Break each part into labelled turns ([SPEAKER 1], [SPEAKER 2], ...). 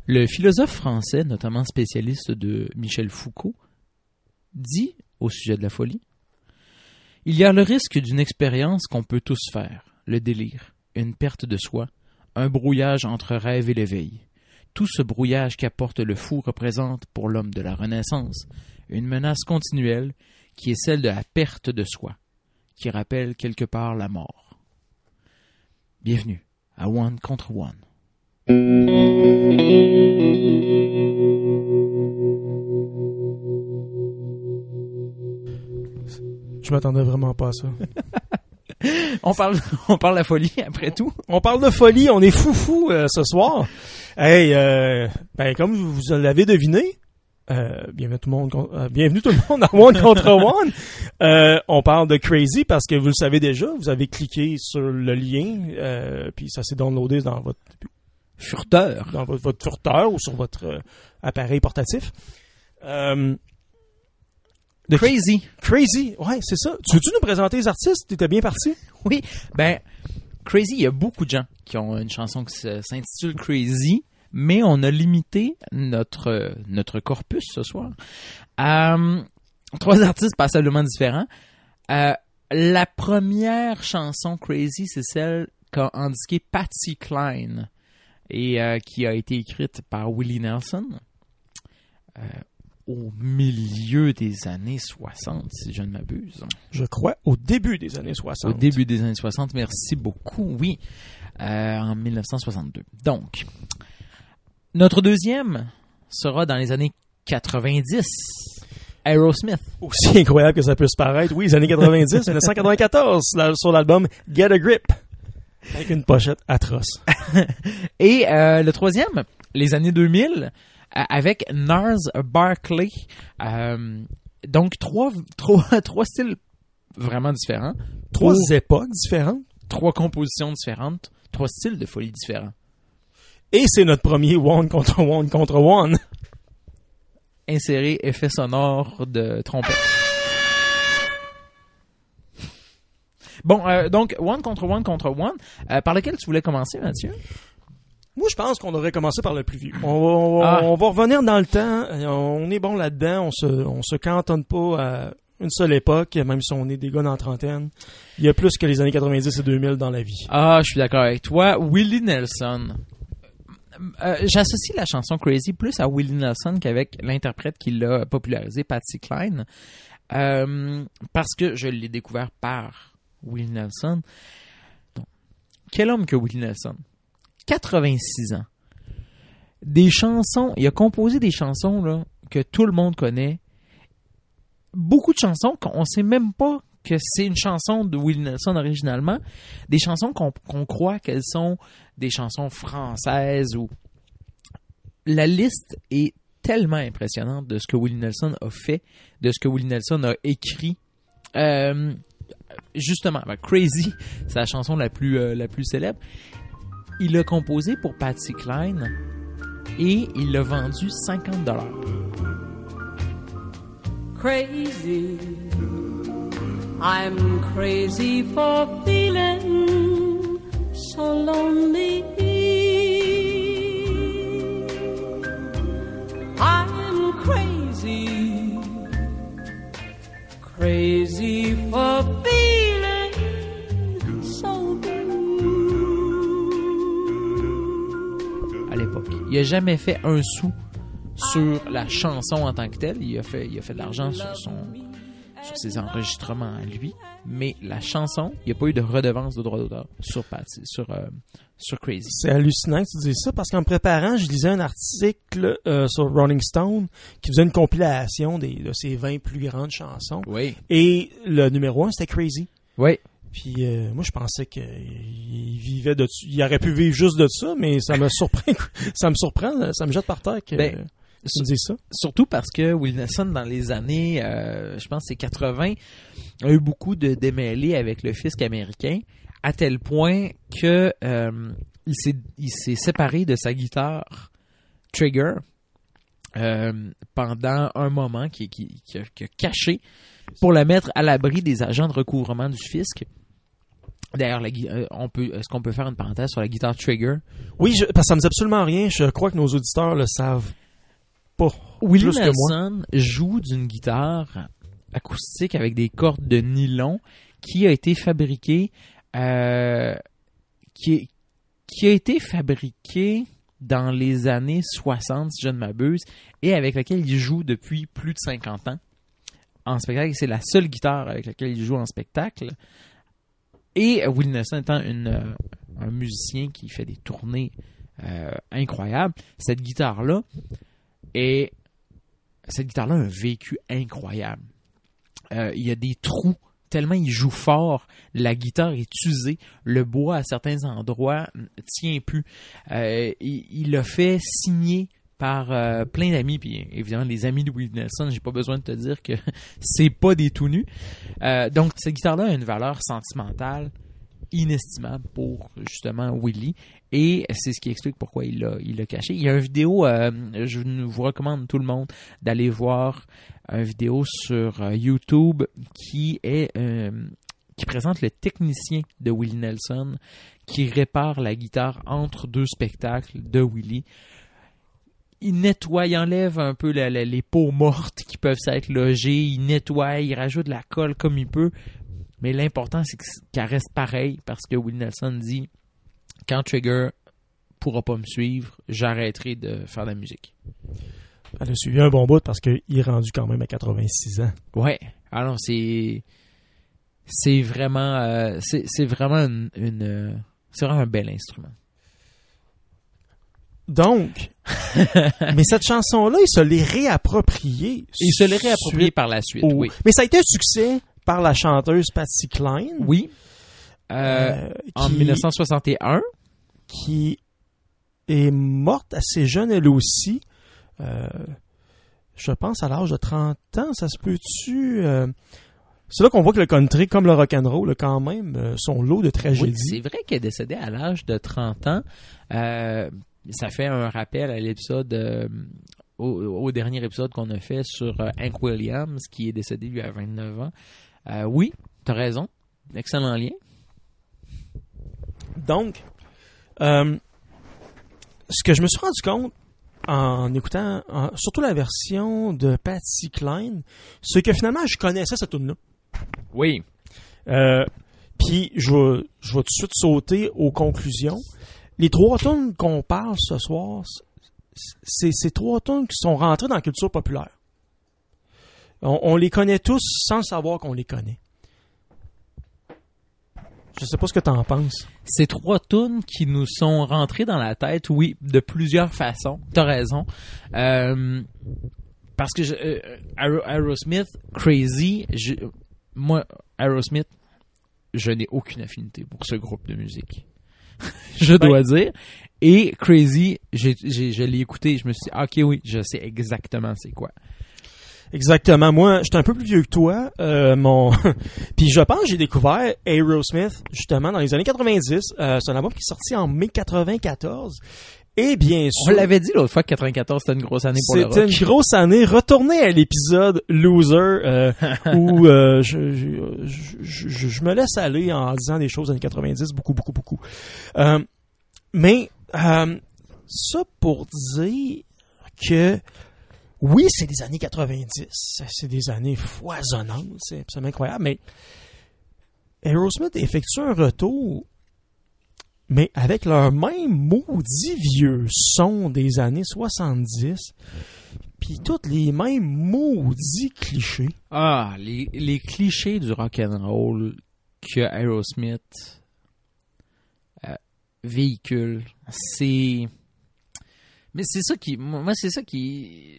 [SPEAKER 1] Le philosophe français, notamment spécialiste de Michel Foucault, dit au sujet de la folie: « Il y a le risque d'une expérience qu'on peut tous faire, le délire, une perte de soi, un brouillage entre rêve et l'éveil. Tout ce brouillage qu'apporte le fou représente, pour l'homme de la Renaissance, une menace continuelle qui est celle de la perte de soi, qui rappelle quelque part la mort. » Bienvenue à One contre One.
[SPEAKER 2] Je m'attendais vraiment pas à ça.
[SPEAKER 1] On parle de la folie, après tout.
[SPEAKER 2] On parle de folie, on est foufou ce soir. Hey, comme vous l'avez deviné, bienvenue tout le monde à One contre One. On parle de Crazy parce que vous le savez déjà, vous avez cliqué sur le lien, puis ça s'est downloadé dans votre
[SPEAKER 1] furteur,
[SPEAKER 2] votre furteur ou sur votre appareil portatif. Crazy, ouais, c'est ça. Tu veux-tu nous présenter les artistes? T'étais bien parti?
[SPEAKER 1] Oui, Crazy, il y a beaucoup de gens qui ont une chanson qui s'intitule Crazy, mais on a limité notre corpus ce soir à 3 artistes passablement différents. La première chanson Crazy, c'est celle qu'a indiquée Patsy Cline et qui a été écrite par Willie Nelson au milieu des années 60, si je ne m'abuse.
[SPEAKER 2] Je crois au début des années 60.
[SPEAKER 1] Au début des années 60, merci beaucoup, oui, en 1962. Donc, notre deuxième sera dans les années 90. Aerosmith.
[SPEAKER 2] Aussi incroyable que ça puisse paraître. Oui, les années 90, 1994, sur l'album Get a Grip. Avec une pochette atroce.
[SPEAKER 1] Et le troisième, les années 2000, avec Gnarls Barkley. Donc, trois styles vraiment différents.
[SPEAKER 2] 3 époques différentes.
[SPEAKER 1] 3 compositions différentes. 3 styles de folie différents.
[SPEAKER 2] Et c'est notre premier One contre One.
[SPEAKER 1] Insérer effet sonore de trompette. Bon, donc, One contre One. Par lequel tu voulais commencer, Mathieu?
[SPEAKER 2] Moi, je pense qu'on devrait commencer par le plus vieux. On va revenir dans le temps. On est bon là-dedans. On se cantonne pas à une seule époque, même si on est des gars dans la trentaine. Il y a plus que les années 90 et 2000 dans la vie.
[SPEAKER 1] Ah, je suis d'accord avec toi. Willie Nelson. J'associe la chanson Crazy plus à Willie Nelson qu'avec l'interprète qui l'a popularisé, Patsy Cline. Parce que je l'ai découvert par Willie Nelson. Donc, quel homme que Willie Nelson? 86 ans. Des chansons, il a composé des chansons là, que tout le monde connaît. Beaucoup de chansons qu'on ne sait même pas que c'est une chanson de Willie Nelson originalement. Des chansons qu'on croit qu'elles sont des chansons françaises. La liste est tellement impressionnante de ce que Willie Nelson a fait, de ce que Willie Nelson a écrit. Justement, Crazy, c'est la chanson la plus célèbre. Il l'a composé pour Patsy Cline et il l'a vendu $50.
[SPEAKER 3] Crazy, I'm crazy for feeling so lonely. I'm crazy, crazy for feeling so blue.
[SPEAKER 1] À l'époque, il n'a jamais fait un sou sur la chanson en tant que telle. Il a fait de l'argent sur ses enregistrements à lui, mais la chanson, il n'y a pas eu de redevance de droit d'auteur sur Crazy.
[SPEAKER 2] C'est hallucinant que tu dises ça, parce qu'en me préparant, je lisais un article sur Rolling Stone qui faisait une compilation de ses 20 plus grandes chansons.
[SPEAKER 1] Oui.
[SPEAKER 2] Et le numéro 1, c'était Crazy.
[SPEAKER 1] Oui.
[SPEAKER 2] Puis moi, je pensais qu'il vivait de ça. Il aurait pu vivre juste de ça, mais ça me surprend. Ça me jette par terre que tu me dises ça.
[SPEAKER 1] Surtout parce que Willie Nelson, dans les années, je pense que c'est 80, a eu beaucoup de démêlés avec le fisc américain, à tel point que il s'est séparé de sa guitare Trigger pendant un moment qui a caché pour la mettre à l'abri des agents de recouvrement du fisc. D'ailleurs, est-ce qu'on peut faire une parenthèse sur la guitare Trigger?
[SPEAKER 2] Oui, parce que ça me dit absolument rien. Je crois que nos auditeurs le savent pas.
[SPEAKER 1] Willie
[SPEAKER 2] plus que moi.
[SPEAKER 1] Nelson joue d'une guitare acoustique avec des cordes de nylon qui a été fabriquée qui a été fabriquée dans les années 60, si je ne m'abuse, et avec laquelle il joue depuis plus de 50 ans en spectacle. C'est la seule guitare avec laquelle il joue en spectacle. Et Willie Nelson étant un musicien qui fait des tournées incroyables, cette guitare-là a un vécu incroyable. Il y a des trous, tellement il joue fort, la guitare est usée, le bois à certains endroits tient plus. Il a fait signer par plein d'amis, puis évidemment les amis de Willie Nelson, j'ai pas besoin de te dire que c'est pas des tout nus. Donc cette guitare-là a une valeur sentimentale inestimable pour justement Willie, et c'est ce qui explique pourquoi il l'a caché. Il y a une vidéo, je vous recommande tout le monde d'aller voir une vidéo sur YouTube qui présente le technicien de Willie Nelson qui répare la guitare entre deux spectacles de Willie. Il nettoie, il enlève un peu les peaux mortes qui peuvent s'être logées, il nettoie, il rajoute de la colle comme il peut. Mais l'important, c'est qu'elle reste pareille, parce que Willie Nelson dit « Quand Trigger pourra pas me suivre, j'arrêterai de faire de la musique. »
[SPEAKER 2] Elle a suivi un bon bout parce qu'il est rendu quand même à 86 ans.
[SPEAKER 1] Ouais. Alors, c'est vraiment... c'est vraiment c'est vraiment un bel instrument.
[SPEAKER 2] Donc, mais cette chanson-là, il se l'est réappropriée.
[SPEAKER 1] Il se l'est réappropriée par la suite, oui.
[SPEAKER 2] Mais ça a été un succès par la chanteuse Patsy Cline.
[SPEAKER 1] Oui. En 1961.
[SPEAKER 2] Qui est morte assez jeune, elle aussi. Je pense à l'âge de 30 ans, ça se peut-tu... C'est là qu'on voit que le country, comme le rock'n'roll, a quand même son lot de tragédies.
[SPEAKER 1] Oui, c'est vrai qu'elle est décédée à l'âge de 30 ans. Ça fait un rappel à l'épisode... au dernier épisode qu'on a fait sur Hank Williams, qui est décédé, lui, à 29 ans. Oui, t'as raison. Excellent lien.
[SPEAKER 2] Donc, ce que je me suis rendu compte en écoutant surtout la version de Patsy Cline, c'est que finalement, je connaissais cette tune-là.
[SPEAKER 1] Oui.
[SPEAKER 2] Puis, je vais tout de suite sauter aux conclusions. Les trois tunes qu'on parle ce soir, c'est ces trois tunes qui sont rentrées dans la culture populaire. On les connaît tous sans savoir qu'on les connaît. Je sais pas ce que t'en penses.
[SPEAKER 1] Ces trois tunes qui nous sont rentrées dans la tête, oui, de plusieurs façons. T'as raison. Parce que Aerosmith, Crazy, moi, Aerosmith, je n'ai aucune affinité pour ce groupe de musique. Je dois dire. Et Crazy, je l'ai écouté et je me suis dit, ok, oui, je sais exactement c'est quoi.
[SPEAKER 2] Exactement. Moi, j'étais un peu plus vieux que toi. Puis je pense que j'ai découvert Aerosmith justement dans les années 90. C'est un album qui est sorti en mai 94. Et bien sûr...
[SPEAKER 1] On l'avait dit l'autre fois que 94 c'était une grosse année pour le rock.
[SPEAKER 2] C'était une grosse année. Retournez à l'épisode Loser où je me laisse aller en disant des choses des années 90. Beaucoup. Mais ça pour dire que oui, c'est des années 90. C'est des années foisonnantes. C'est absolument incroyable. Mais Aerosmith effectue un retour, mais avec leur même maudit vieux son des années 70, puis tous les mêmes maudits clichés.
[SPEAKER 1] Ah, les clichés du rock'n'roll que Aerosmith véhicule, c'est... Mais c'est ça qui... Moi, c'est ça qui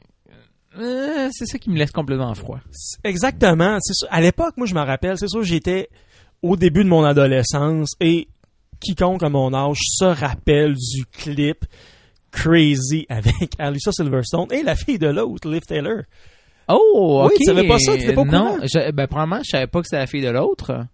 [SPEAKER 1] me laisse complètement froid.
[SPEAKER 2] Exactement. C'est ça. À l'époque, moi, je me rappelle, c'est sûr, j'étais au début de mon adolescence et quiconque à mon âge se rappelle du clip Crazy avec Alyssa Silverstone et la fille de l'autre, Liv Taylor.
[SPEAKER 1] Oh, ok.
[SPEAKER 2] Oui, tu savais pas ça? Tu étais pas au courant?
[SPEAKER 1] Non, probablement, je savais pas que c'était la fille de l'autre.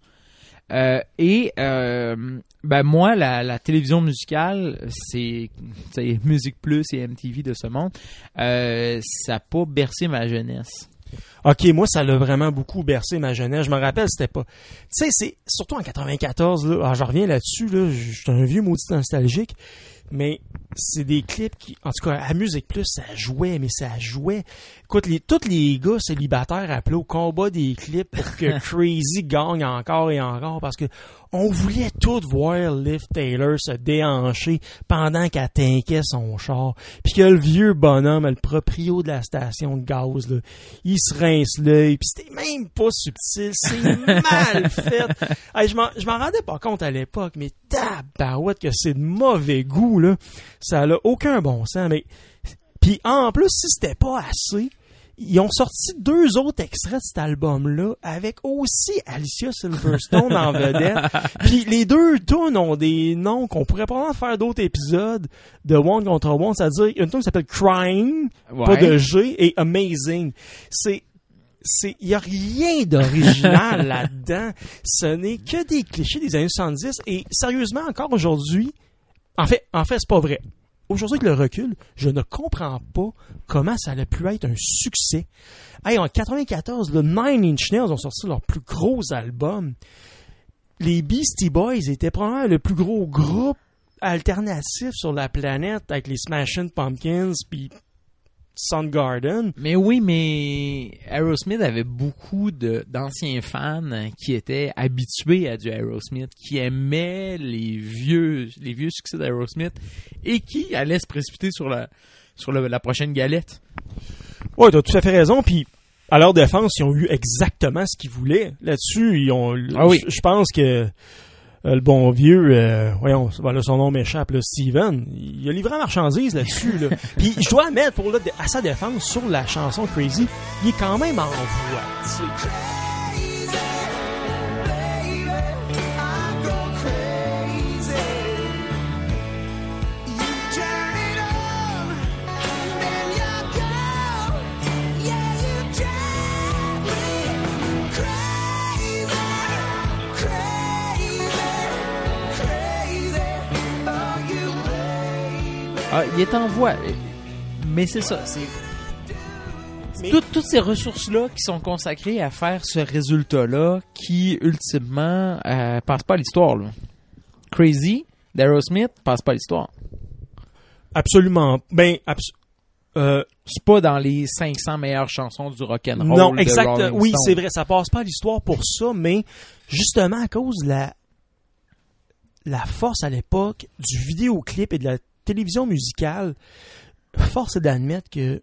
[SPEAKER 1] Moi, la télévision musicale, c'est Musique Plus et MTV de ce monde. Ça n'a pas bercé ma jeunesse.
[SPEAKER 2] OK, moi, ça l'a vraiment beaucoup bercé ma jeunesse. Je me rappelle, c'était pas... Tu sais, c'est surtout en 94, là. Alors, je reviens là-dessus, là. Je suis un vieux maudit nostalgique. Mais c'est des clips qui... En tout cas, à Musique Plus, ça jouait, mais ça jouait. Écoute, tous les gars célibataires appelaient au combat des clips pour que Crazy gagne encore et encore parce que on voulait tous voir Liv Taylor se déhancher pendant qu'elle tanquait son char. Puis que le vieux bonhomme, le proprio de la station de gaz, là, il se rince l'œil. Puis c'était même pas subtil. C'est mal fait. Hey, je m'en rendais pas compte à l'époque, mais tabarouette que c'est de mauvais goût, là. Ça a aucun bon sens. Mais puis en plus, si c'était pas assez... Ils ont sorti 2 autres extraits de cet album-là avec aussi Alicia Silverstone en vedette. Puis les 2 tunes ont des noms qu'on pourrait probablement faire d'autres épisodes de One contre One. C'est-à-dire, il y a une tune qui s'appelle Crying, pas de G, et Amazing. Il y a rien d'original là-dedans. Ce n'est que des clichés des années 70. Et sérieusement, encore aujourd'hui, en fait, c'est pas vrai. Aujourd'hui, avec le recul, je ne comprends pas comment ça a pu être un succès. Hey, en 94, le Nine Inch Nails ont sorti leur plus gros album. Les Beastie Boys étaient probablement le plus gros groupe alternatif sur la planète avec les Smashing Pumpkins puis Soundgarden.
[SPEAKER 1] Mais oui, mais Aerosmith avait beaucoup d'anciens fans qui étaient habitués à du Aerosmith, qui aimaient les vieux succès d'Aerosmith et qui allaient se précipiter sur la prochaine galette.
[SPEAKER 2] Ouais, t'as tout à fait raison. Puis à leur défense, ils ont eu exactement ce qu'ils voulaient. Là-dessus, je pense que le bon vieux, voyons, là, son nom m'échappe, là, Steven, il a livré la marchandise là-dessus. Là. Puis je dois admettre, à sa défense, sur la chanson Crazy, il est quand même en voix. T'sais.
[SPEAKER 1] Ah, il est en voix. Mais c'est ça. Toutes ces ressources-là qui sont consacrées à faire ce résultat-là qui, ultimement, passe pas à l'histoire. Là. Crazy, d'Aerosmith, passe pas à l'histoire.
[SPEAKER 2] Absolument.
[SPEAKER 1] C'est pas dans les 500 meilleures chansons du rock'n'roll.
[SPEAKER 2] Non, exact.
[SPEAKER 1] De Rolling
[SPEAKER 2] oui,
[SPEAKER 1] Stone.
[SPEAKER 2] c'est vrai. Ça passe pas à l'histoire pour ça, mais justement à cause de la force à l'époque du vidéoclip et de la télévision musicale, force est d'admettre que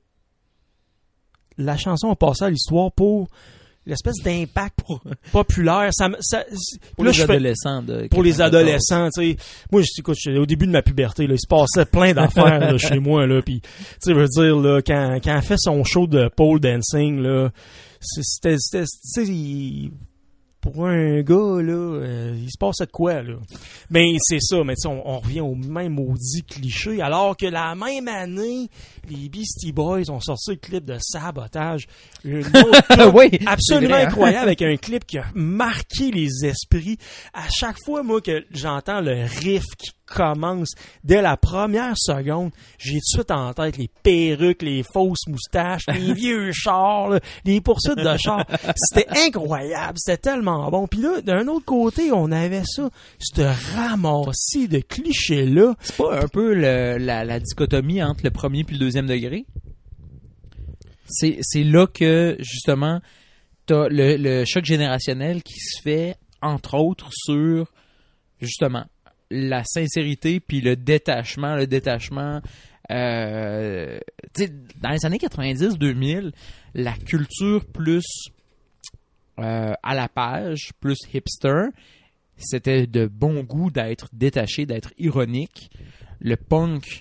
[SPEAKER 2] la chanson a passé à l'histoire pour l'espèce d'impact populaire.
[SPEAKER 1] Pour les adolescents.
[SPEAKER 2] Pour les adolescents, tu sais. Moi, écoute, au début de ma puberté, là, il se passait plein d'affaires là, chez moi, là. Puis, tu sais, je veux dire, là, quand elle fait son show de pole dancing, là, c'était, tu sais, pour un gars, là, il se passe de quoi, là? Mais c'est ça, mais tu sais, on revient au même maudit cliché, alors que la même année, les Beastie Boys ont sorti le clip de Sabotage. Une autre
[SPEAKER 1] oui,
[SPEAKER 2] absolument
[SPEAKER 1] vrai, hein?
[SPEAKER 2] incroyable, avec un clip qui a marqué les esprits. À chaque fois, moi, que j'entends le riff qui commence, dès la première seconde, j'ai tout de suite en tête les perruques, les fausses moustaches, les vieux chars, là, les poursuites de chars. C'était incroyable, c'était tellement bon. Puis là, d'un autre côté, on avait ça, ce ramassis de clichés-là.
[SPEAKER 1] C'est pas un peu la dichotomie entre le premier puis le deuxième degré? C'est là que, justement, t'as le choc générationnel qui se fait, entre autres, sur, justement, la sincérité puis le détachement. Tu sais, dans les années 90-2000, la culture plus à la page, plus hipster, c'était de bon goût d'être détaché, d'être ironique. Le punk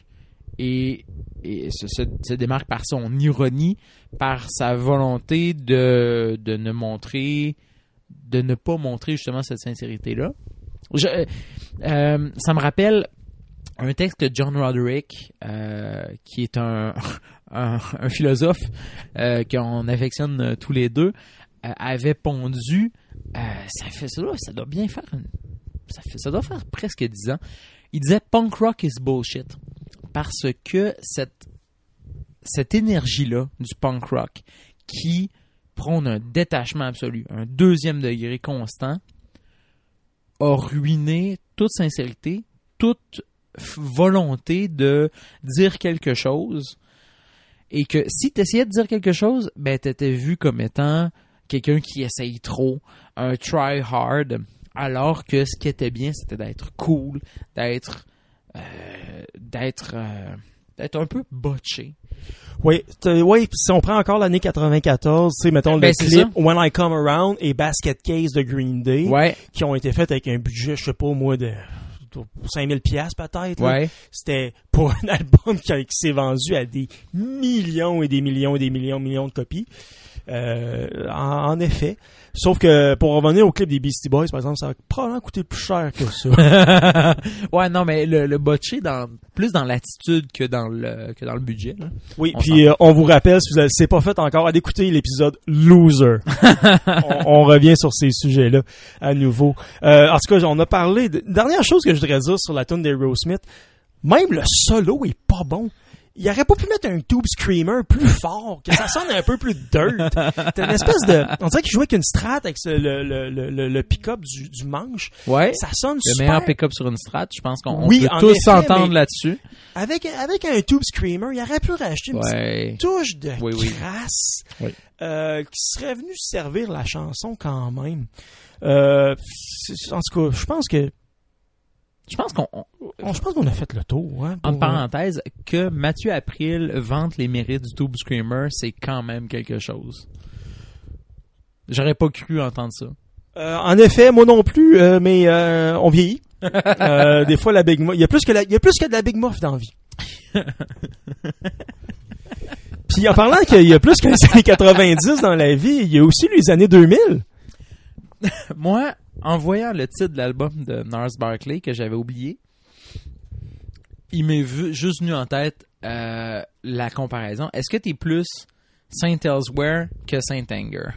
[SPEAKER 1] se démarque par son ironie, par sa volonté de ne pas montrer justement cette sincérité-là. Ça me rappelle un texte de John Roderick, qui est un philosophe qu'on affectionne tous les deux, avait pondu. Ça doit bien faire ça doit faire presque 10 ans. Il disait punk rock is bullshit parce que cette énergie-là du punk rock qui prône un détachement absolu, un deuxième degré constant, a ruiné toute sincérité, toute volonté de dire quelque chose, et que si tu essayais de dire quelque chose, ben t'étais vu comme étant quelqu'un qui essaye trop, un try hard, alors que ce qui était bien, c'était d'être cool, d'être un peu botché.
[SPEAKER 2] Oui, si on prend encore l'année 94, tu sais, mettons
[SPEAKER 1] Ben,
[SPEAKER 2] le
[SPEAKER 1] c'est
[SPEAKER 2] clip
[SPEAKER 1] ça.
[SPEAKER 2] When I Come Around et Basket Case de Green Day,
[SPEAKER 1] Ouais,
[SPEAKER 2] qui ont été faits avec un budget, je sais pas moi, de 5000 piastres peut-être. Là.
[SPEAKER 1] ouais.
[SPEAKER 2] C'était pour un album qui s'est vendu à des millions et des millions et des millions de copies. En effet. Sauf que pour revenir au clip des Beastie Boys, par exemple, ça va probablement coûter plus cher que ça.
[SPEAKER 1] Ouais, non, mais le botché plus dans l'attitude que dans le budget. Là.
[SPEAKER 2] Oui,
[SPEAKER 1] On
[SPEAKER 2] puis on vous rappelle, si vous ne l'avez pas fait encore, allez écouter l'épisode Loser. on revient sur ces sujets-là à nouveau. En tout cas, on a parlé... Dernière chose que je voudrais dire sur la tune d'Aerosmith, même le solo est pas bon. Il aurait pas pu mettre un tube screamer plus fort, que ça sonne un peu plus dirt. T'as une espèce de... On dirait qu'il jouait avec une strat avec le pick-up du manche.
[SPEAKER 1] Ouais.
[SPEAKER 2] Ça sonne
[SPEAKER 1] Le
[SPEAKER 2] super...
[SPEAKER 1] meilleur pick-up sur une strat, je pense qu'on
[SPEAKER 2] Oui,
[SPEAKER 1] peut
[SPEAKER 2] en
[SPEAKER 1] tous
[SPEAKER 2] effet,
[SPEAKER 1] s'entendre
[SPEAKER 2] mais-
[SPEAKER 1] là-dessus.
[SPEAKER 2] Avec un tube screamer, il aurait pu rajouter une
[SPEAKER 1] Ouais.
[SPEAKER 2] petite touche de
[SPEAKER 1] Oui.
[SPEAKER 2] crasse
[SPEAKER 1] Oui.
[SPEAKER 2] qui serait venu servir la chanson quand même. En tout cas, je pense qu'on a fait le tour. Hein,
[SPEAKER 1] entre parenthèses, que Mathieu April vante les mérites du Tube Screamer, c'est quand même quelque chose. J'aurais pas cru entendre ça.
[SPEAKER 2] En effet, moi non plus, mais on vieillit. Des fois, la Big Muff, il y a plus que de la Big Muff dans la vie. Puis en parlant qu'il y a plus que les années 90 dans la vie, il y a aussi les années 2000.
[SPEAKER 1] Moi, en voyant le titre de l'album de Gnarls Barkley que j'avais oublié, il m'est juste venu en tête la comparaison. Est-ce que t'es plus Saint Elsewhere que Saint Anger?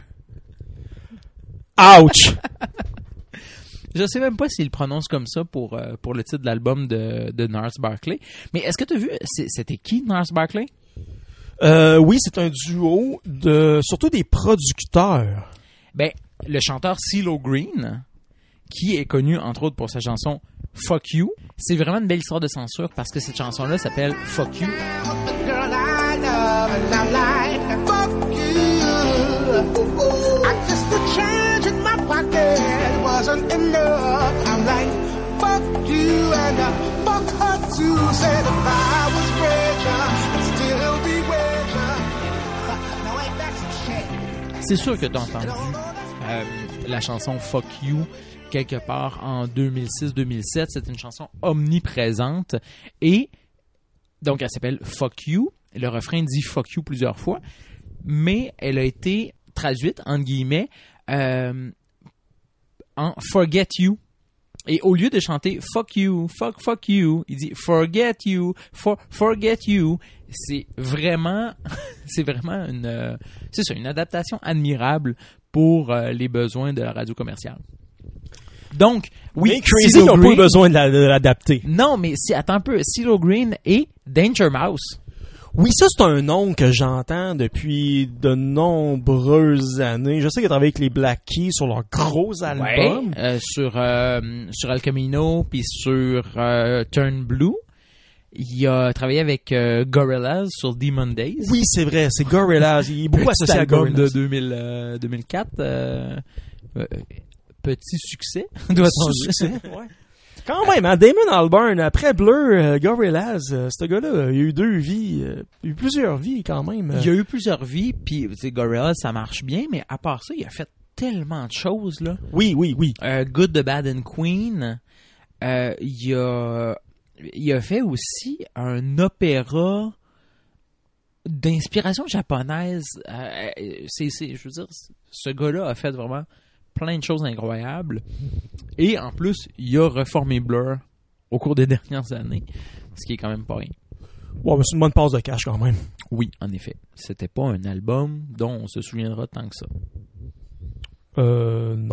[SPEAKER 2] Ouch!
[SPEAKER 1] Je sais même pas s'il le prononce comme ça pour le titre de l'album de Gnarls Barkley. Mais est-ce que t'as vu, c'était qui Gnarls Barkley?
[SPEAKER 2] Oui, c'est un duo surtout des producteurs.
[SPEAKER 1] Ben, le chanteur CeeLo Green, qui est connu entre autres pour sa chanson Fuck You, c'est vraiment une belle histoire de censure parce que cette chanson-là s'appelle Fuck You.
[SPEAKER 4] Girl, I love and I like fuck you. I guess the change in my pocket wasn't enough. I'm like, fuck you and fuck her too. Said if I was richer, I'd still be richer. Now ain't that some shit?
[SPEAKER 1] C'est sûr que t'as entendu la chanson Fuck You quelque part en 2006-2007. C'est une chanson omniprésente et donc elle s'appelle Fuck You. Le refrain dit Fuck You plusieurs fois, mais elle a été traduite entre guillemets en Forget You. Et au lieu de chanter Fuck You, fuck you, il dit Forget You, forget you. C'est vraiment une adaptation admirable pour les besoins de la radio commerciale. Donc, oui,
[SPEAKER 2] Mais Crazy
[SPEAKER 1] CeeLo
[SPEAKER 2] n'a pas
[SPEAKER 1] Green-
[SPEAKER 2] eu besoin de l'adapter.
[SPEAKER 1] Non, mais attends un peu, CeeLo Green et Danger Mouse.
[SPEAKER 2] Oui, ça, c'est un nom que j'entends depuis de nombreuses années. Je sais qu'il a travaillé avec les Black Keys sur leurs gros albums.
[SPEAKER 1] Sur El Camino puis sur Turn Blue. Il a travaillé avec Gorillaz sur Demon Days.
[SPEAKER 2] Oui, c'est vrai, c'est Gorillaz. Il est beaucoup
[SPEAKER 1] Petit
[SPEAKER 2] associé à
[SPEAKER 1] album
[SPEAKER 2] Gorillaz.
[SPEAKER 1] de 2004. Petit succès, doit-on dire.
[SPEAKER 2] Succès, ouais. Quand même, hein, Damon Albarn, après Blur, Gorillaz, ce gars-là, il a eu deux vies, il a eu plusieurs vies quand même.
[SPEAKER 1] Il y a eu plusieurs vies, puis Gorillaz, ça marche bien, mais à part ça, il a fait tellement de choses, là.
[SPEAKER 2] Oui.
[SPEAKER 1] Good, the Bad and Queen. Il a fait aussi un opéra d'inspiration japonaise. Je veux dire, ce gars-là a fait vraiment plein de choses incroyables. Et en plus, il a reformé Blur au cours des dernières années, ce qui est quand même pas rien.
[SPEAKER 2] Ouais, mais c'est une bonne passe de cash quand même.
[SPEAKER 1] Oui, en effet. C'était pas un album dont on se souviendra tant que ça.
[SPEAKER 2] Non.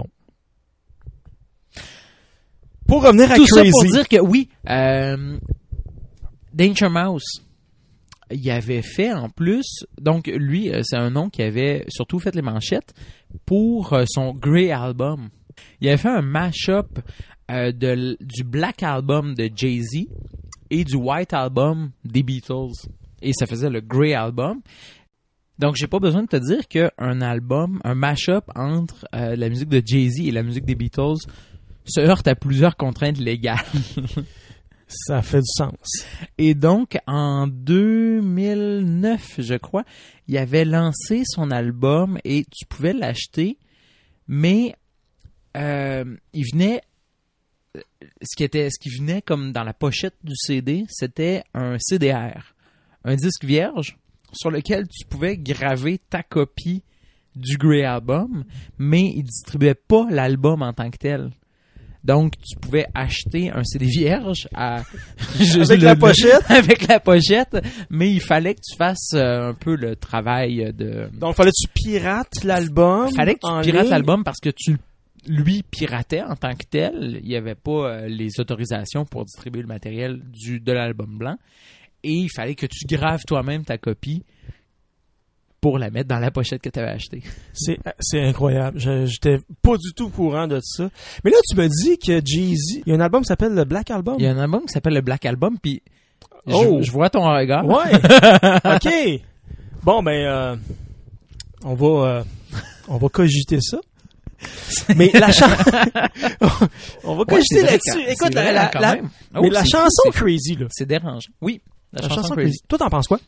[SPEAKER 2] Pour revenir à
[SPEAKER 1] Tout
[SPEAKER 2] Crazy.
[SPEAKER 1] ça pour dire que oui, Danger Mouse il avait fait en plus, donc lui, c'est un nom qui avait surtout fait les manchettes pour son Grey Album. Il avait fait un mash-up du Black Album de Jay-Z et du White Album des Beatles. Et ça faisait le Grey Album. Donc, j'ai pas besoin de te dire qu'un album, un mash-up entre la musique de Jay-Z et la musique des Beatles se heurte à plusieurs contraintes légales.
[SPEAKER 2] Ça fait du sens.
[SPEAKER 1] Et donc, en 2009, je crois, il avait lancé son album et tu pouvais l'acheter, mais il venait... Ce qui venait comme dans la pochette du CD, c'était un CDR, un disque vierge sur lequel tu pouvais graver ta copie du Grey Album, mais il distribuait pas l'album en tant que tel. Donc, tu pouvais acheter un CD vierge
[SPEAKER 2] avec la pochette.
[SPEAKER 1] Avec la pochette, mais il fallait que tu fasses un peu le travail de...
[SPEAKER 2] Donc, fallait que tu pirates l'album.
[SPEAKER 1] Fallait que tu pirates l'album parce que lui piratait en tant que tel. Il n'y avait pas les autorisations pour distribuer le matériel de l'album blanc. Et il fallait que tu graves toi-même ta copie pour la mettre dans la pochette que tu avais achetée.
[SPEAKER 2] C'est incroyable. J'étais pas du tout au courant de ça. Mais là, tu me dis que Jay-Z, il y a un album qui s'appelle le Black Album.
[SPEAKER 1] Il y a un album qui s'appelle le Black Album, puis je vois ton regard.
[SPEAKER 2] Ouais. OK. Bon, ben, on va cogiter ça. Mais la chanson... on va cogiter là-dessus. Écoute, la chanson Crazy, là.
[SPEAKER 1] C'est dérangeant. Oui,
[SPEAKER 2] la chanson Crazy. Toi, t'en penses quoi?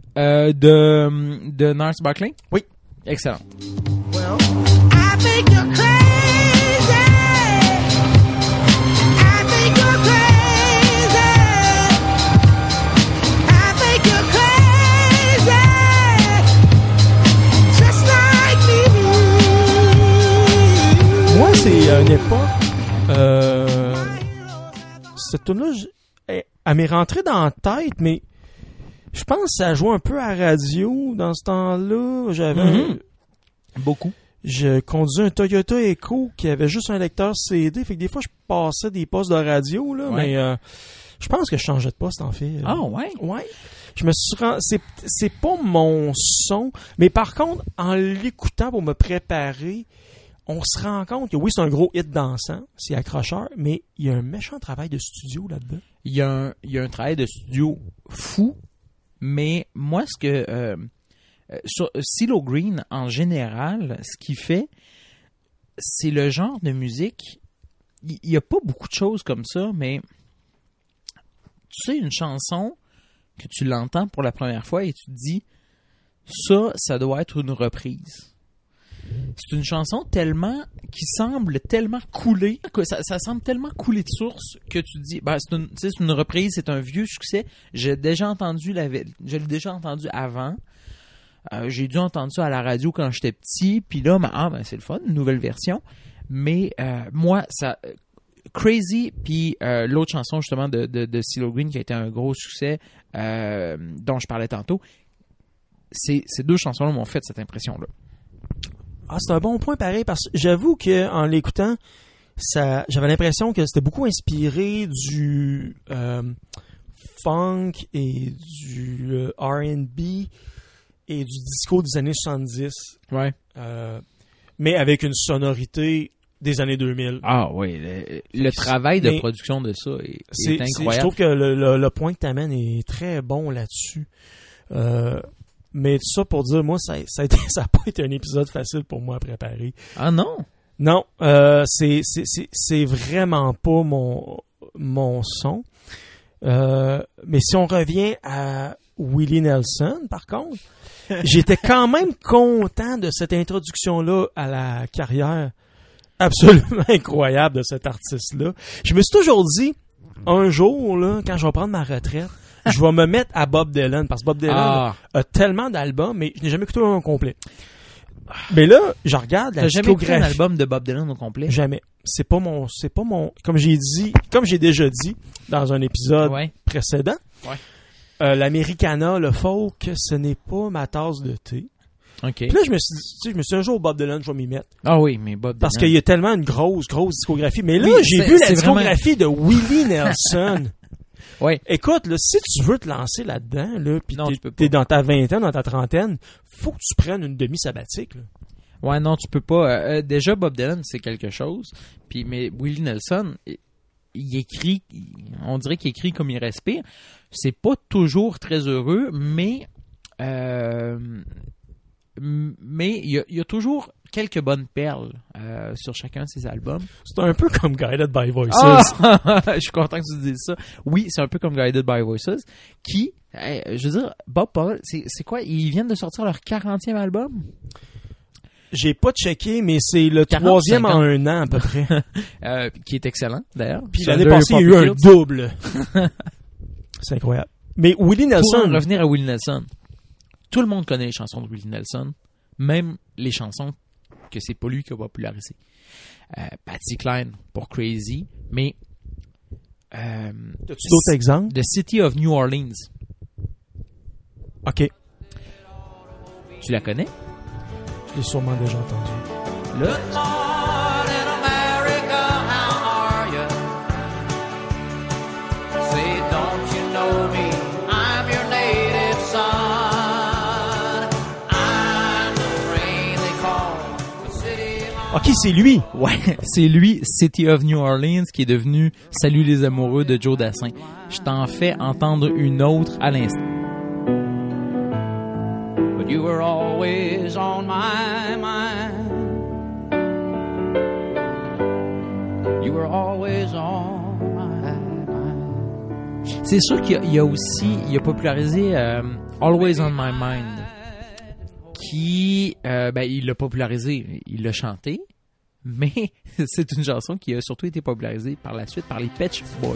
[SPEAKER 1] De Gnarls Barkley?
[SPEAKER 2] Oui.
[SPEAKER 1] Excellent.
[SPEAKER 4] Well, I think you're crazy. I think you're crazy. I think you're crazy. Just like me.
[SPEAKER 2] Moi, c'est une époque... cette tune-là, elle m'est rentrée dans la tête, mais je pense que ça jouait un peu à radio dans ce temps-là. J'avais
[SPEAKER 1] beaucoup.
[SPEAKER 2] Je conduisais un Toyota Echo qui avait juste un lecteur CD. Fait que des fois, je passais des postes de radio, là,
[SPEAKER 1] ouais.
[SPEAKER 2] mais je pense que je changeais de poste, en fait.
[SPEAKER 1] Ah, ouais?
[SPEAKER 2] Ouais. Je me suis c'est pas mon son, mais par contre, en l'écoutant pour me préparer, on se rend compte que oui, c'est un gros hit dansant, c'est accrocheur, mais il y a un méchant travail de studio là-dedans.
[SPEAKER 1] Il y a un travail de studio fou, mais moi, ce que... sur CeeLo Green, en général, ce qu'il fait, c'est le genre de musique... Il n'y a pas beaucoup de choses comme ça, mais... Tu sais, une chanson que tu l'entends pour la première fois et tu te dis, ça doit être une reprise. C'est une chanson qui semble tellement couler, que ça semble tellement couler de source que tu te dis, c'est une reprise, c'est un vieux succès. Je l'ai déjà entendu avant. J'ai dû entendre ça à la radio quand j'étais petit, puis là, c'est le fun, une nouvelle version. Mais moi, ça... Crazy, puis l'autre chanson justement de CeeLo Green qui a été un gros succès, dont je parlais tantôt, ces deux chansons-là m'ont fait cette impression-là.
[SPEAKER 2] Ah, c'est un bon point pareil, parce que j'avoue qu'en l'écoutant, j'avais l'impression que c'était beaucoup inspiré du funk et du R&B et du disco des années 70.
[SPEAKER 1] Ouais.
[SPEAKER 2] Mais avec une sonorité des années 2000.
[SPEAKER 1] Ah oui, le travail de production de ça est incroyable.
[SPEAKER 2] Je trouve que le point que tu amènes est très bon là-dessus. Mais tout ça pour dire, moi, ça a pas été un épisode facile pour moi à préparer.
[SPEAKER 1] Ah non?
[SPEAKER 2] Non, c'est vraiment pas mon son. Mais si on revient à Willie Nelson, par contre, j'étais quand même content de cette introduction-là à la carrière absolument incroyable de cet artiste-là. Je me suis toujours dit, un jour, là, quand je vais prendre ma retraite, je vais me mettre à Bob Dylan, parce que Bob Dylan a tellement d'albums, mais je n'ai jamais écouté un complet. Mais là, je regarde la discographie.
[SPEAKER 1] T'as jamais écouté un album de Bob Dylan au complet? Jamais.
[SPEAKER 2] C'est pas mon, comme j'ai déjà dit dans un épisode précédent, l'Americana, le folk, ce n'est pas ma tasse de thé.
[SPEAKER 1] Okay.
[SPEAKER 2] Puis là, je me suis dit, un jour, Bob Dylan, je vais m'y mettre.
[SPEAKER 1] Ah oui, mais Bob Dylan.
[SPEAKER 2] Parce qu'il y a tellement une grosse discographie. Mais là, j'ai vu la discographie de Willie Nelson.
[SPEAKER 1] Ouais.
[SPEAKER 2] Écoute, là, si tu veux te lancer là-dedans, là, pis
[SPEAKER 1] Non, tu peux pas.
[SPEAKER 2] t'es dans ta vingtaine, dans ta trentaine, faut que tu prennes une demi-sabbatique, là.
[SPEAKER 1] Ouais, non, tu peux pas. Déjà, Bob Dylan, c'est quelque chose. Mais Willie Nelson, il écrit, on dirait qu'il écrit comme il respire. C'est pas toujours très heureux, mais il y a toujours quelques bonnes perles sur chacun de ses albums.
[SPEAKER 2] C'est un peu comme Guided by Voices.
[SPEAKER 1] Je suis content que tu dises ça. Oui, c'est un peu comme Guided by Voices, qui, je veux dire, Bob Paul, c'est quoi? Ils viennent de sortir leur 40e album?
[SPEAKER 2] J'ai pas checké, mais c'est le
[SPEAKER 1] 40,
[SPEAKER 2] troisième
[SPEAKER 1] 50.
[SPEAKER 2] en un an, à peu près.
[SPEAKER 1] Qui est excellent, d'ailleurs.
[SPEAKER 2] Puis
[SPEAKER 1] Sur
[SPEAKER 2] l'année
[SPEAKER 1] Under
[SPEAKER 2] passée, il y a eu
[SPEAKER 1] Poppy
[SPEAKER 2] un
[SPEAKER 1] Fields.
[SPEAKER 2] double. C'est incroyable. Mais Willie
[SPEAKER 1] Pour en
[SPEAKER 2] Nelson,
[SPEAKER 1] revenir à Willie Nelson, tout le monde connaît les chansons de Willie Nelson, même les chansons que c'est pas lui qui a popularisé. Patsy Cline pour Crazy, mais
[SPEAKER 2] as-tu d'autres exemples?
[SPEAKER 1] The City of New Orleans,
[SPEAKER 2] OK.
[SPEAKER 1] tu la connais?
[SPEAKER 2] Je l'ai sûrement déjà entendu.
[SPEAKER 1] Là,
[SPEAKER 2] OK, c'est lui.
[SPEAKER 1] ouais, c'est lui, City of New Orleans, qui est devenu Salut les amoureux de Joe Dassin. Je t'en fais entendre une autre à l'instant.
[SPEAKER 3] But you were always on my mind. You were always on my mind.
[SPEAKER 1] C'est sûr qu'il y a aussi, il a popularisé Always on My Mind, qui, il l'a popularisé, il l'a chanté, mais c'est une chanson qui a surtout été popularisée par la suite par les Pet Shop Boys.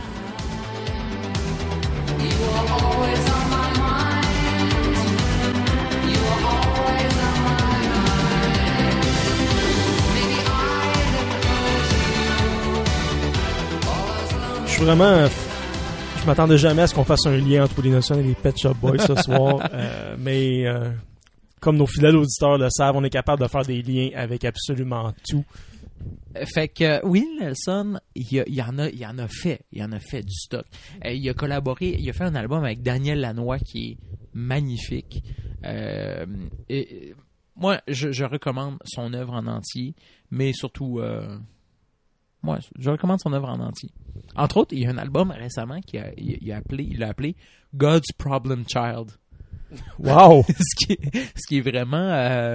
[SPEAKER 2] Je suis vraiment... Je m'attendais jamais à ce qu'on fasse un lien entre Willie Nelson et les Pet Shop Boys ce soir. Mais comme nos fidèles auditeurs le savent, on est capable de faire des liens avec absolument tout.
[SPEAKER 1] Fait que Willie Nelson, il en a fait du stock. Il a collaboré, il a fait un album avec Daniel Lanois qui est magnifique. Et moi, je recommande son œuvre en entier, mais surtout, moi, je recommande son œuvre en entier. Entre autres, il y a un album récemment il l'a appelé God's Problem Child.
[SPEAKER 2] Wow!
[SPEAKER 1] ce qui est vraiment,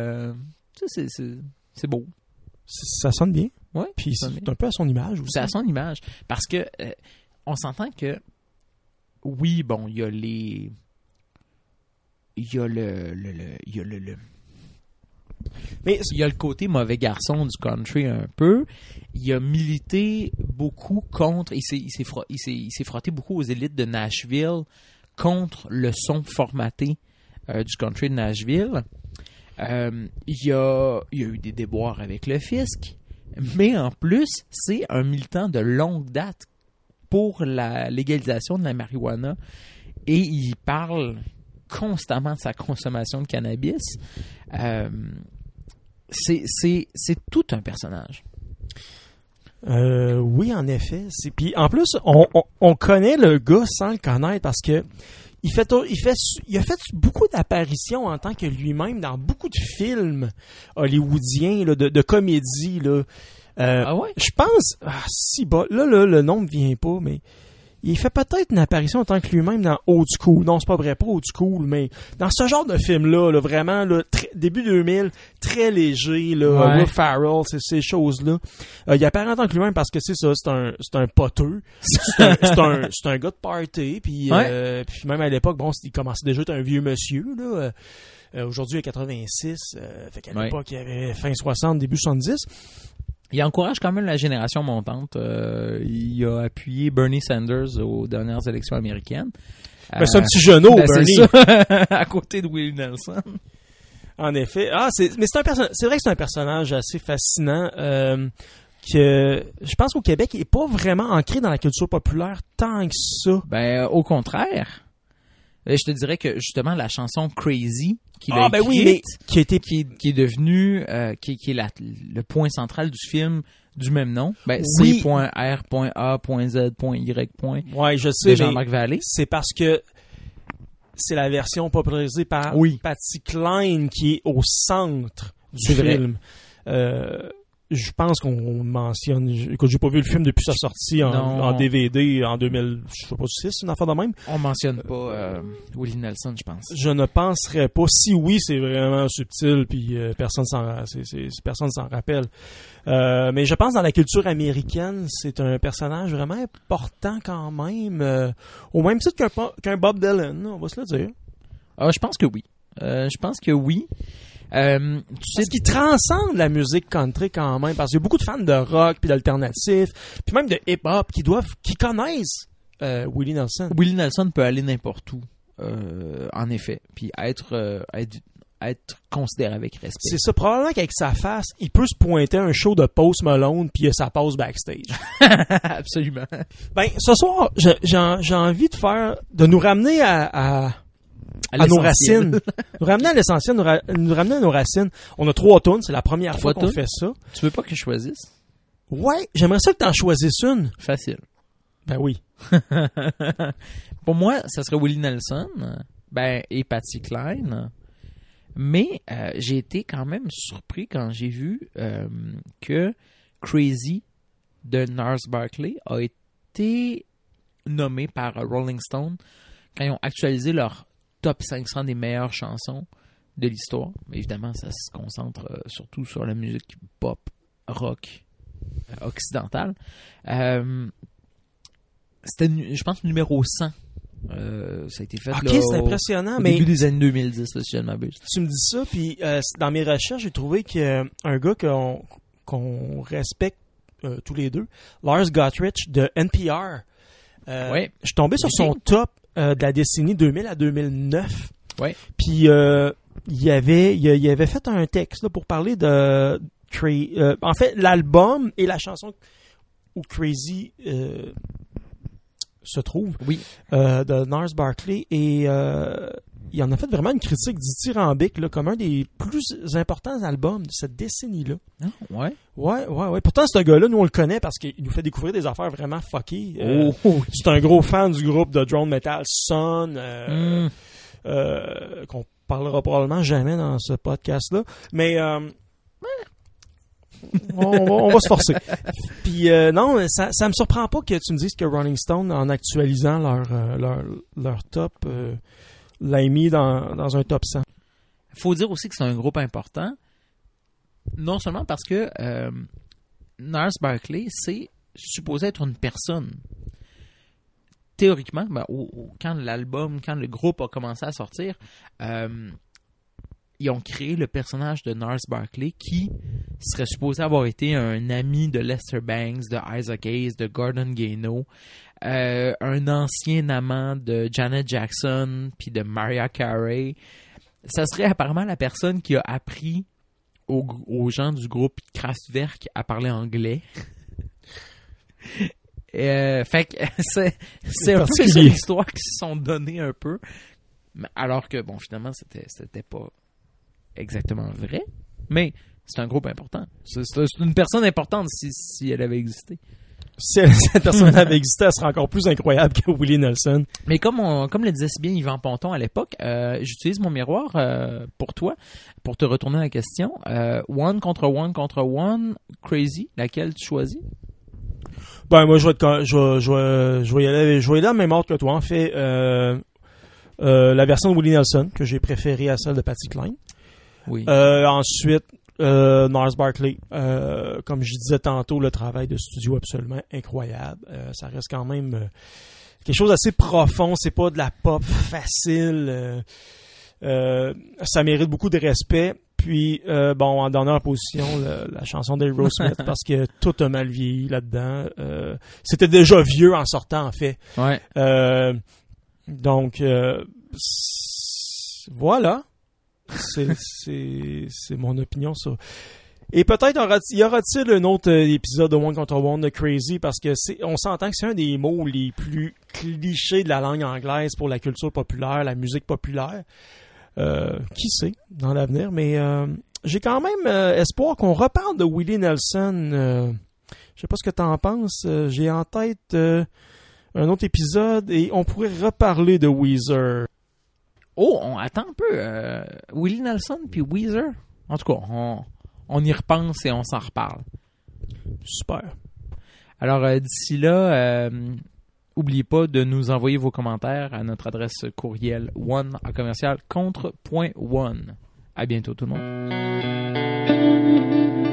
[SPEAKER 1] c'est beau.
[SPEAKER 2] Ça sonne bien.
[SPEAKER 1] Ouais.
[SPEAKER 2] Puis
[SPEAKER 1] ça sonne
[SPEAKER 2] c'est
[SPEAKER 1] bien.
[SPEAKER 2] un peu à son image aussi.
[SPEAKER 1] C'est à son image. Parce que on s'entend que oui, bon, il y a le côté mauvais garçon du country un peu. Il a milité beaucoup contre. Il s'est frotté beaucoup aux élites de Nashville contre le son formaté du country de Nashville. Il y a eu des déboires avec le fisc. Mais en plus, c'est un militant de longue date pour la légalisation de la marijuana et il parle constamment de sa consommation de cannabis. C'est tout un personnage.
[SPEAKER 2] Oui, en effet. Puis en plus, on connaît le gars sans le connaître parce que il a fait beaucoup d'apparitions en tant que lui-même dans beaucoup de films hollywoodiens là, de comédie là.
[SPEAKER 1] Ah ouais?
[SPEAKER 2] Je pense là le nom me vient pas, mais il fait peut-être une apparition en tant que lui-même dans Old School. Non, c'est pas vrai, pas Old School, mais dans ce genre de film-là, là, vraiment, là, début 2000, très léger, là, Will Ferrell, ces choses-là. Il apparaît en tant que lui-même parce que c'est ça, c'est un poteux. C'est un gars de party, puis même à l'époque, bon, il commençait déjà à être un vieux monsieur, là. Aujourd'hui, il a 86, fait qu'à l'époque, il avait fin 60, début 70.
[SPEAKER 1] Il encourage quand même la génération montante. Il a appuyé Bernie Sanders aux dernières élections américaines.
[SPEAKER 2] Ben, c'est un petit genou, Bernie.
[SPEAKER 1] C'est ça, à côté de Willie Nelson.
[SPEAKER 2] En effet. C'est vrai que c'est un personnage assez fascinant que je pense qu'au Québec, il n'est pas vraiment ancré dans la culture populaire tant que ça.
[SPEAKER 1] Ben, au contraire. Je te dirais que justement la chanson Crazy qu'il
[SPEAKER 2] Ah
[SPEAKER 1] a
[SPEAKER 2] ben
[SPEAKER 1] écrite,
[SPEAKER 2] oui, mais qui a été
[SPEAKER 1] qui est devenu qui est le point central du film du même nom, ben
[SPEAKER 2] Oui.
[SPEAKER 1] C.R.A.Z.Y.
[SPEAKER 2] Ouais, je
[SPEAKER 1] de
[SPEAKER 2] sais, mais
[SPEAKER 1] Jean-Marc Vallée.
[SPEAKER 2] c'est parce que c'est la version popularisée par
[SPEAKER 1] Oui.
[SPEAKER 2] Patsy Cline qui est au centre du
[SPEAKER 1] C'est vrai.
[SPEAKER 2] film. Je pense qu'on mentionne... Écoute, j'ai pas vu le film depuis sa sortie
[SPEAKER 1] Non.
[SPEAKER 2] en DVD en 2006, une affaire de même.
[SPEAKER 1] On mentionne pas Willie Nelson, je pense.
[SPEAKER 2] Je ne penserais pas. Si oui, c'est vraiment subtil, puis personne personne s'en rappelle. Mais je pense dans la culture américaine, c'est un personnage vraiment important quand même, au même titre qu'un Bob Dylan, on va se le dire.
[SPEAKER 1] Ah, je pense que oui. Je pense que oui. Tu sais,
[SPEAKER 2] Parce qu'il transcende la musique country quand même, parce qu'il y a beaucoup de fans de rock, puis d'alternatif, puis même de hip-hop qui connaissent Willie Nelson.
[SPEAKER 1] Willie Nelson peut aller n'importe où, en effet, puis être considéré avec respect.
[SPEAKER 2] C'est ça, probablement qu'avec sa face, il peut se pointer à un show de Post Malone, puis ça passe backstage.
[SPEAKER 1] Absolument.
[SPEAKER 2] Ben, ce soir, j'ai envie de nous ramener à nos racines. Nous ramener à l'essentiel, nous ramener à nos racines. On a 3 tunes, c'est la première fois qu'on
[SPEAKER 1] tunes?
[SPEAKER 2] fait ça.
[SPEAKER 1] Tu veux pas que je choisisse?
[SPEAKER 2] Ouais, j'aimerais ça que t'en choisisses une.
[SPEAKER 1] Facile.
[SPEAKER 2] Ben oui.
[SPEAKER 1] Pour moi, ça serait Willie Nelson, et Patsy Cline. Mais j'ai été quand même surpris quand j'ai vu que Crazy de Gnarls Barkley a été nommé par Rolling Stone quand ils ont actualisé leur top 500 des meilleures chansons de l'histoire. Mais évidemment, ça se concentre surtout sur la musique pop, rock occidentale. C'était, je pense, numéro 100. Ça a été fait
[SPEAKER 2] Ok,
[SPEAKER 1] là,
[SPEAKER 2] c'est impressionnant,
[SPEAKER 1] au
[SPEAKER 2] mais
[SPEAKER 1] début des années 2010, là, si je ne m'abuse.
[SPEAKER 2] tu me dis ça, puis dans mes recherches, j'ai trouvé qu'un gars qu'on respecte tous les deux, Lars Gotrich de NPR,
[SPEAKER 1] Ouais.
[SPEAKER 2] je suis tombé sur
[SPEAKER 1] Ok.
[SPEAKER 2] son top de la décennie 2000 à 2009.
[SPEAKER 1] Ouais.
[SPEAKER 2] Puis il avait fait un texte là, pour parler de en fait l'album et la chanson où Crazy se trouve
[SPEAKER 1] Oui.
[SPEAKER 2] de Gnarls Barkley, et il en a fait vraiment une critique dithyrambique là, comme un des plus importants albums de cette décennie-là.
[SPEAKER 1] Ah, ouais.
[SPEAKER 2] Ouais. Pourtant, ce gars-là, nous, on le connaît parce qu'il nous fait découvrir des affaires vraiment fuckées.
[SPEAKER 1] Oh.
[SPEAKER 2] C'est un gros fan du groupe de drone metal Sun, qu'on parlera probablement jamais dans ce podcast-là. Mais on va se forcer. Puis non, ça me surprend pas que tu me dises que Rolling Stone, en actualisant leur top, l'a mis dans un top 100.
[SPEAKER 1] Faut dire aussi que c'est un groupe important, non seulement parce que Gnarls Barkley, c'est supposé être une personne. Théoriquement, quand le groupe a commencé à sortir, ils ont créé le personnage de Gnarls Barkley qui serait supposé avoir été un ami de Lester Bangs, de Isaac Hayes, de Gordon Gano, un ancien amant de Janet Jackson puis de Mariah Carey. Ça serait apparemment la personne qui a appris aux gens du groupe Kraftwerk à parler anglais. Fait que c'est un peu ça l'histoire qui se sont donné un peu, alors que bon, finalement c'était pas exactement vrai, mais c'est un groupe important. C'est une personne importante si elle avait existé.
[SPEAKER 2] Si cette personne avait existé, elle serait encore plus incroyable que Willie Nelson.
[SPEAKER 1] Mais comme le disait si bien Yvan Ponton à l'époque, j'utilise mon miroir pour toi, pour te retourner la question. One contre one, Crazy, laquelle tu choisis?
[SPEAKER 2] Ben moi je vais y aller dans le même ordre que toi. En fait, la version de Willie Nelson que j'ai préférée à celle de Patsy Cline.
[SPEAKER 1] Oui.
[SPEAKER 2] Ensuite, Gnarls Barkley. Comme je disais tantôt, le travail de studio absolument incroyable. Ça reste quand même quelque chose d'assez profond. C'est pas de la pop facile. Ça mérite beaucoup de respect. Puis, en dernière position, la chanson d'Aerosmith, parce que tout a mal vieilli là-dedans. C'était déjà vieux en sortant, en fait.
[SPEAKER 1] Ouais.
[SPEAKER 2] Donc, voilà. C'est mon opinion sur... Et peut-être y aura-t-il un autre épisode de One contre One de Crazy, parce que on s'entend que c'est un des mots les plus clichés de la langue anglaise pour la culture populaire, la musique populaire. Qui sait dans l'avenir, mais j'ai quand même espoir qu'on reparle de Willie Nelson. Je sais pas ce que t'en penses. J'ai en tête un autre épisode et on pourrait reparler de Weezer.
[SPEAKER 1] Oh, attends un peu. Willie Nelson puis Weezer. En tout cas, on y repense et on s'en reparle.
[SPEAKER 2] Super.
[SPEAKER 1] Alors, d'ici là, n'oubliez pas de nous envoyer vos commentaires à notre adresse courriel one@contre.one. À bientôt tout le monde.